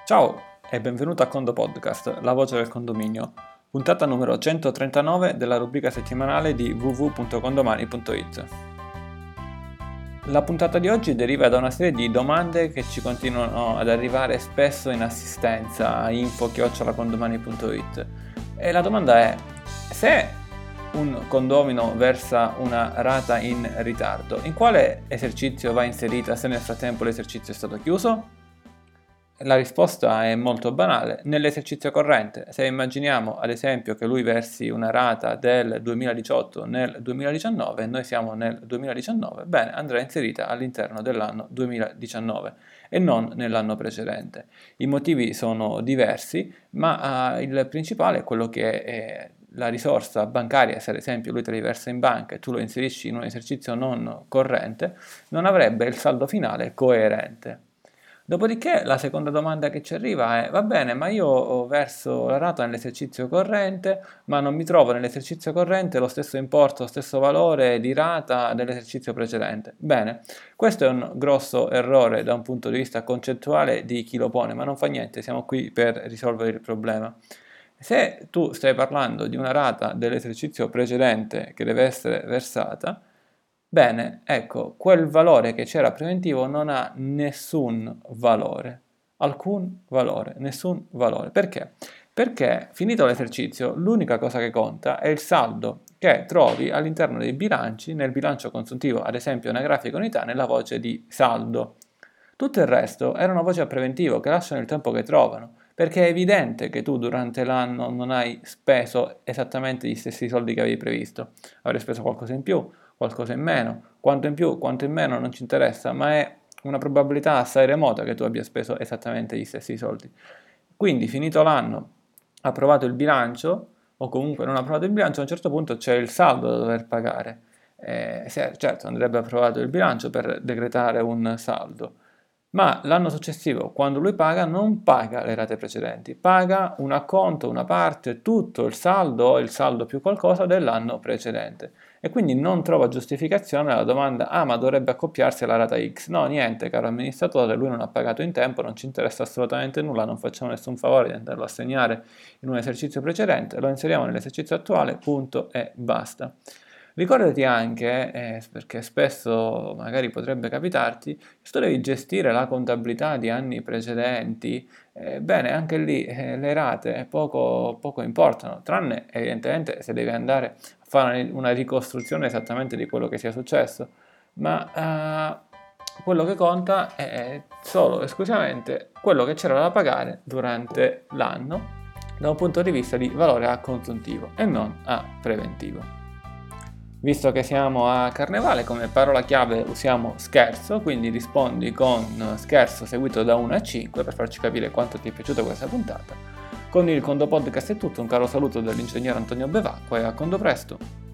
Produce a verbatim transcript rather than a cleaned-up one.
Ciao e benvenuto a Condo Podcast, la voce del condominio, puntata numero centotrentanove della rubrica settimanale di w w w punto condomani punto i t. La puntata di oggi deriva da una serie di domande che ci continuano ad arrivare spesso in assistenza a info chiocciola condomani punto i t. E la domanda è: se un condomino versa una rata in ritardo, in quale esercizio va inserita se nel frattempo l'esercizio è stato chiuso? La risposta è molto banale: nell'esercizio corrente. Se immaginiamo ad esempio che lui versi una rata del duemiladiciotto nel duemiladiciannove e noi siamo nel duemiladiciannove, bene, andrà inserita all'interno dell'anno duemiladiciannove e non nell'anno precedente. I motivi sono diversi, ma uh, il principale è quello che è la risorsa bancaria. Se ad esempio lui te la versa in banca e tu lo inserisci in un esercizio non corrente, non avrebbe il saldo finale coerente. Dopodiché la seconda domanda che ci arriva è: va bene, ma io verso la rata nell'esercizio corrente, ma non mi trovo nell'esercizio corrente lo stesso importo, lo stesso valore di rata dell'esercizio precedente. Bene, questo è un grosso errore da un punto di vista concettuale di chi lo pone, ma non fa niente, siamo qui per risolvere il problema. Se tu stai parlando di una rata dell'esercizio precedente che deve essere versata, bene, ecco, quel valore che c'era preventivo non ha nessun valore, alcun valore, nessun valore. Perché? Perché finito l'esercizio l'unica cosa che conta è il saldo che trovi all'interno dei bilanci, nel bilancio consuntivo, ad esempio una grafica unità, nella voce di saldo. Tutto il resto era una voce a preventivo che lasciano il tempo che trovano, perché è evidente che tu durante l'anno non hai speso esattamente gli stessi soldi che avevi previsto, avrai speso qualcosa in più, qualcosa in meno, quanto in più, quanto in meno non ci interessa, ma è una probabilità assai remota che tu abbia speso esattamente gli stessi soldi. Quindi finito l'anno, approvato il bilancio, o comunque non approvato il bilancio, a un certo punto c'è il saldo da dover pagare. Eh, certo, andrebbe approvato il bilancio per decretare un saldo, ma l'anno successivo, quando lui paga, non paga le rate precedenti, paga un acconto, una parte, tutto il saldo o il saldo più qualcosa dell'anno precedente. E quindi non trova giustificazione alla domanda: ah, ma dovrebbe accoppiarsi alla rata X. No, niente, caro amministratore, lui non ha pagato in tempo, non ci interessa assolutamente nulla, non facciamo nessun favore di andarlo a segnare in un esercizio precedente, lo inseriamo nell'esercizio attuale, punto e basta. Ricordati anche, eh, perché spesso magari potrebbe capitarti, che se tu devi gestire la contabilità di anni precedenti, eh, bene, anche lì eh, le rate poco, poco importano, tranne evidentemente se devi andare a fare una ricostruzione esattamente di quello che sia successo, ma eh, quello che conta è solo e esclusivamente quello che c'era da pagare durante l'anno da un punto di vista di valore a consuntivo e non a preventivo. Visto che siamo a Carnevale, come parola chiave usiamo scherzo, quindi rispondi con scherzo seguito da uno a cinque per farci capire quanto ti è piaciuta questa puntata. Con il Condo Podcast è tutto, un caro saluto dall'ingegnere Antonio Bevacqua e a Condo presto!